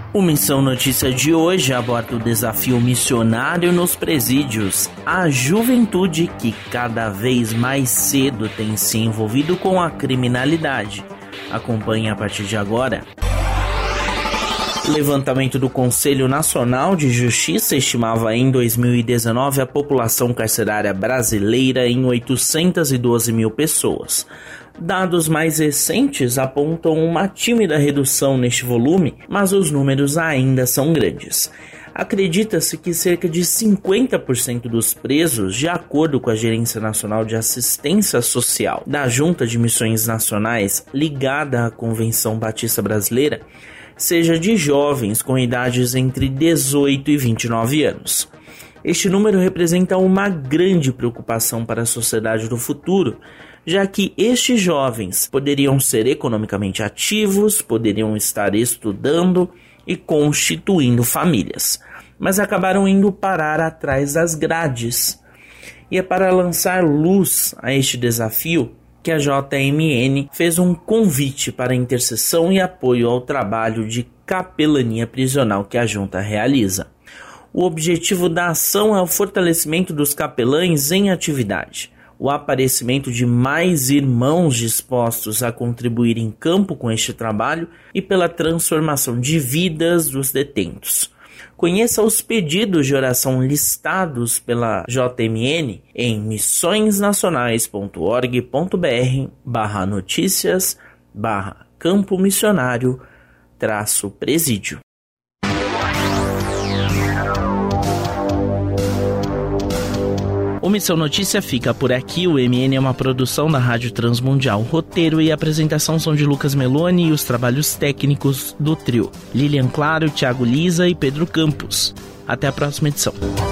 O Missão Notícia de hoje aborda o desafio missionário nos presídios. A juventude que cada vez mais cedo tem se envolvido com a criminalidade. Acompanhe a partir de agora. O levantamento do Conselho Nacional de Justiça estimava em 2019 a população carcerária brasileira em 812 mil pessoas. Dados mais recentes apontam uma tímida redução neste volume, mas os números ainda são grandes. Acredita-se que cerca de 50% dos presos, de acordo com a Gerência Nacional de Assistência Social da Junta de Missões Nacionais, ligada à Convenção Batista Brasileira, seja de jovens com idades entre 18 e 29 anos. Este número representa uma grande preocupação para a sociedade do futuro, já que estes jovens poderiam ser economicamente ativos, poderiam estar estudando e constituindo famílias, mas acabaram indo parar atrás das grades. E é para lançar luz a este desafio que a JMN fez um convite para intercessão e apoio ao trabalho de capelania prisional que a junta realiza. O objetivo da ação é o fortalecimento dos capelães em atividade, o aparecimento de mais irmãos dispostos a contribuir em campo com este trabalho e pela transformação de vidas dos detentos. Conheça os pedidos de oração listados pela JMN em missõesnacionais.org.br/notícias/campo missionário-presídio. O Missão Notícia fica por aqui. O MN é uma produção da Rádio Transmundial. Roteiro e apresentação são de Lucas Meloni e os trabalhos técnicos do trio Lilian Claro, Thiago Lisa e Pedro Campos. Até a próxima edição.